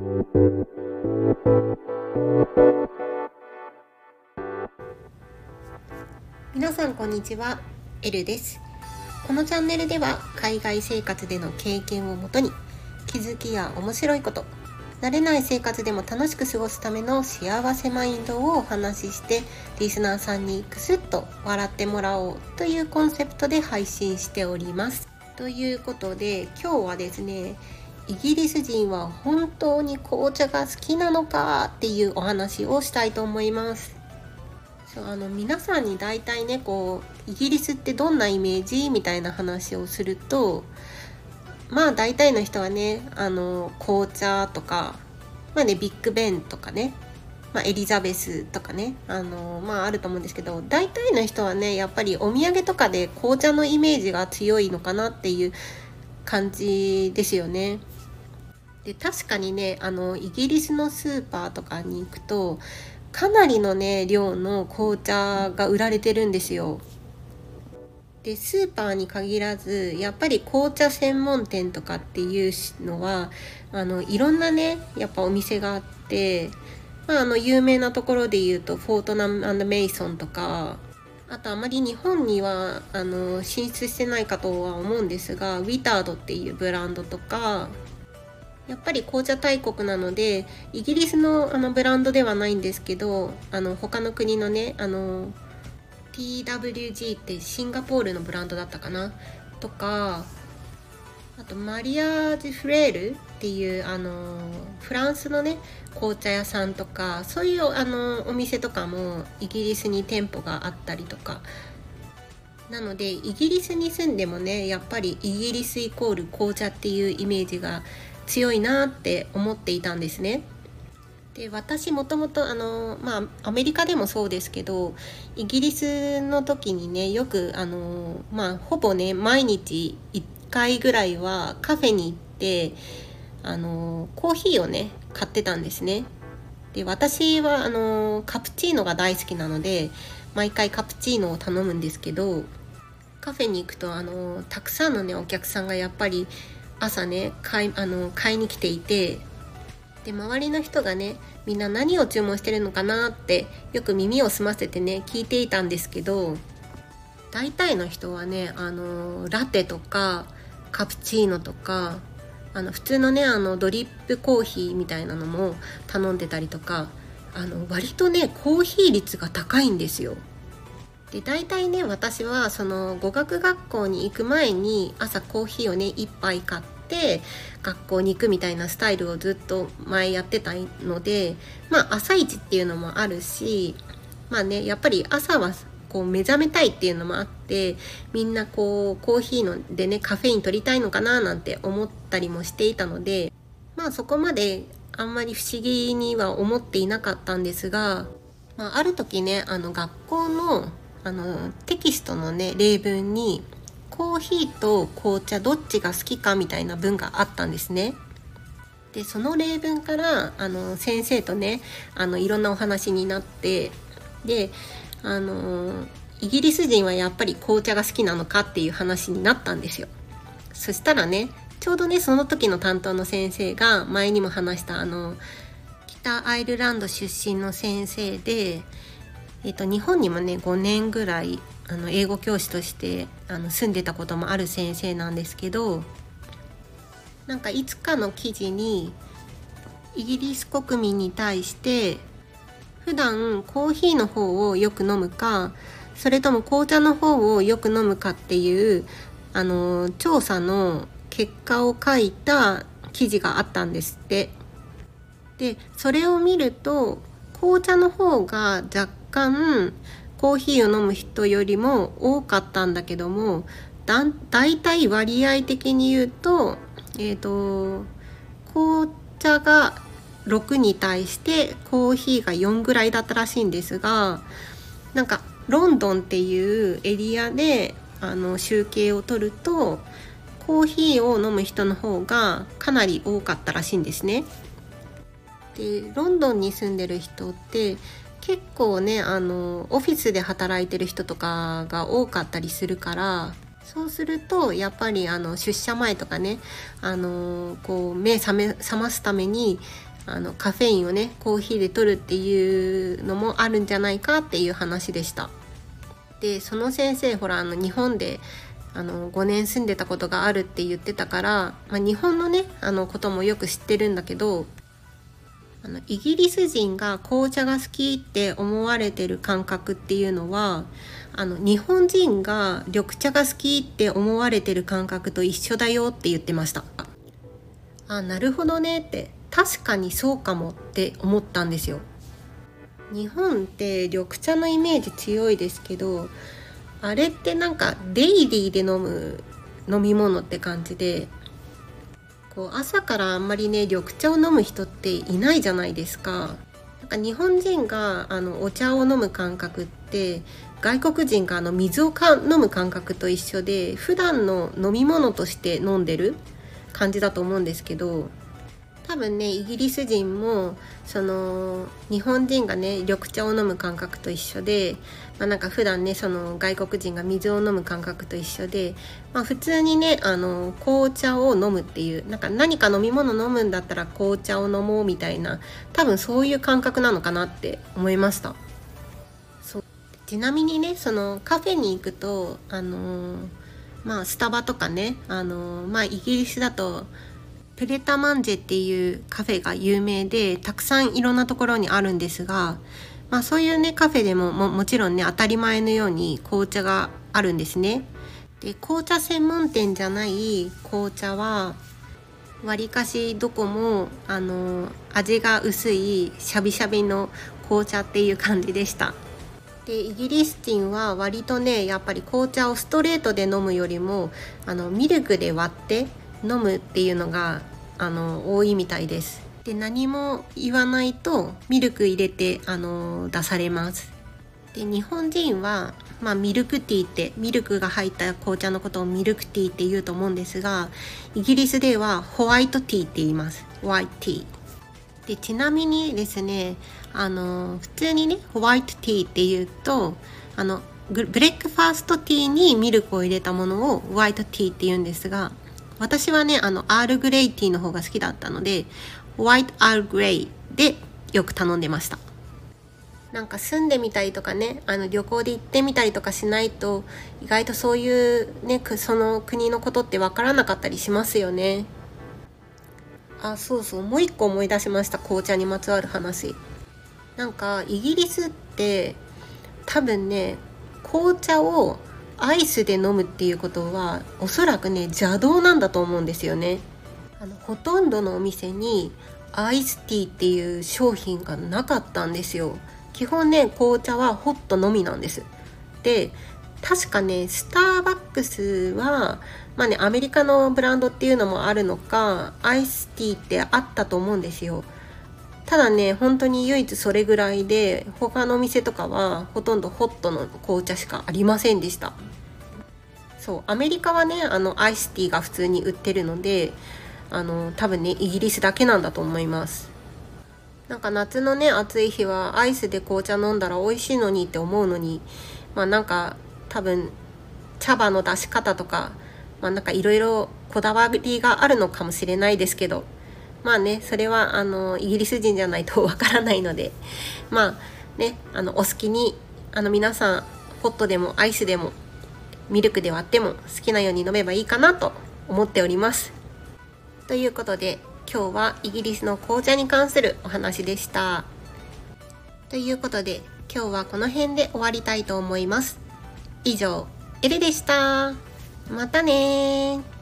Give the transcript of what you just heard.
皆さんこんにちは、エルです。このチャンネルでは海外生活での経験をもとに気づきや面白いこと、慣れない生活でも楽しく過ごすための幸せマインドをお話しして、リスナーさんにクスッと笑ってもらおうというコンセプトで配信しております。ということで今日はですね、イギリス人は本当に紅茶が好きなのかっていうお話をしたいと思います。皆さんに大体ね、イギリスってどんなイメージみたいな話をすると、大体の人はね、紅茶とか、ビッグベンとかね、エリザベスとかね、あると思うんですけど、大体の人はね、やっぱりお土産とかで紅茶のイメージが強いのかなっていう感じですよね。で、確かにね、イギリスのスーパーとかに行くとかなりのね量の紅茶が売られてるんですよ。で、スーパーに限らずやっぱり紅茶専門店とかっていうのはいろんなねやっぱお店があって、有名なところで言うとフォートナム&メイソンとか、あとあまり日本には進出してないかとは思うんですが、ウィタードっていうブランドとか、やっぱり紅茶大国なのでイギリスのブランドではないんですけど、他の国のねTWG ってシンガポールのブランドだったかなとか、あとマリアージュフレールっていうフランスのね紅茶屋さんとか、そういうお店とかもイギリスに店舗があったりとかなので、イギリスに住んでもねやっぱりイギリスイコール紅茶っていうイメージが強いなって思っていたんですね。で、私もともとアメリカでもそうですけど、イギリスの時にねよくほぼね毎日1回ぐらいはカフェに行ってコーヒーをね買ってたんですね。で、私はカプチーノが大好きなので毎回カプチーノを頼むんですけど、カフェに行くとたくさんのねお客さんがやっぱり朝ね買いに来ていて、で、周りの人がねみんな何を注文してるのかなってよく耳を澄ませてね聞いていたんですけど、大体の人はねラテとかカプチーノとか普通のねドリップコーヒーみたいなのも頼んでたりとか、割とねコーヒー率が高いんですよ。で、大体ね私はその語学学校に行く前に朝コーヒーをね1杯買って学校に行くみたいなスタイルをずっと前やってたので、朝一っていうのもあるし、やっぱり朝は目覚めたいっていうのもあって、みんなコーヒーでねカフェイン取りたいのかななんて思ったりもしていたので、そこまであんまり不思議には思っていなかったんですが、ある時ね学校のテキストのね例文にコーヒーと紅茶どっちが好きかみたいな文があったんですね。で、その例文から先生とねいろんなお話になって、でイギリス人はやっぱり紅茶が好きなのかっていう話になったんですよ。そしたらね、ちょうどねその時の担当の先生が前にも話した北アイルランド出身の先生で、日本にもね5年ぐらい英語教師として住んでたこともある先生なんですけど、いつかの記事にイギリス国民に対して普段コーヒーの方をよく飲むか、それとも紅茶の方をよく飲むかっていう調査の結果を書いた記事があったんですって。で、それを見ると紅茶の方が若干コーヒーを飲む人よりも多かったんだけども、だいたい割合的に言うと、紅茶が6に対してコーヒーが4ぐらいだったらしいんですが、ロンドンっていうエリアで集計を取るとコーヒーを飲む人の方がかなり多かったらしいんですね。で、ロンドンに住んでる人って結構ねオフィスで働いてる人とかが多かったりするから、そうするとやっぱり出社前とかね目覚ますためにカフェインをねコーヒーで取るっていうのもあるんじゃないかっていう話でした。でその先生ほら日本で5年住んでたことがあるって言ってたから、日本のねこともよく知ってるんだけど、イギリス人が紅茶が好きって思われてる感覚っていうのは日本人が緑茶が好きって思われてる感覚と一緒だよって言ってました。なるほどねって、確かにそうかもって思ったんですよ。日本って緑茶のイメージ強いですけど、あれってなんかデイリーで飲む飲み物って感じで、朝からあんまりね緑茶を飲む人っていないじゃないですか。なんか日本人がお茶を飲む感覚って外国人が水を飲む感覚と一緒で、普段の飲み物として飲んでる感じだと思うんですけど、多分ねイギリス人も日本人がね緑茶を飲む感覚と一緒で、なんか普段ね外国人が水を飲む感覚と一緒で、普通にね紅茶を飲むっていう、なんか何か飲み物飲むんだったら紅茶を飲もうみたいな、多分そういう感覚なのかなって思いました。そうちなみにねカフェに行くとスタバとかねイギリスだとプレタマンジェっていうカフェが有名で、たくさんいろんなところにあるんですが、そういうねカフェでも もちろんね当たり前のように紅茶があるんですね。で紅茶専門店じゃない紅茶はわりかしどこも味が薄いシャビシャビの紅茶っていう感じでした。でイギリス人は割とねやっぱり紅茶をストレートで飲むよりもミルクで割って飲むっていうのが多いみたいです。で何も言わないとミルク入れて出されます。で日本人は、ミルクティーってミルクが入った紅茶のことをミルクティーって言うと思うんですが、イギリスではホワイトティーって言います。ホワイトティーで、ちなみにですね普通にねホワイトティーって言うとブレックファーストティーにミルクを入れたものをホワイトティーって言うんですが、私はねアールグレイティーの方が好きだったのでホワイトアールグレイでよく頼んでました。なんか住んでみたりとかね旅行で行ってみたりとかしないと意外とそういうねその国のことってわからなかったりしますよね。そうそう、もう一個思い出しました。紅茶にまつわる話。なんかイギリスって多分ね紅茶をアイスで飲むっていうことはおそらくね邪道なんだと思うんですよね。ほとんどのお店にアイスティーっていう商品がなかったんですよ。基本ね紅茶はホットのみなんです。で確かねスターバックスはアメリカのブランドっていうのもあるのかアイスティーってあったと思うんですよ。ただね本当に唯一それぐらいで、他のお店とかはほとんどホットの紅茶しかありませんでした。そうアメリカはねアイスティーが普通に売ってるので多分ねイギリスだけなんだと思います。なんか夏のね暑い日はアイスで紅茶飲んだら美味しいのにって思うのに、なんか多分茶葉の出し方とかなんかいろいろこだわりがあるのかもしれないですけど、それはイギリス人じゃないとわからないので、お好きに皆さんホットでもアイスでもミルクで割っても好きなように飲めばいいかなと思っております。ということで今日はイギリスの紅茶に関するお話でした。ということで今日はこの辺で終わりたいと思います。以上エレでした。またね。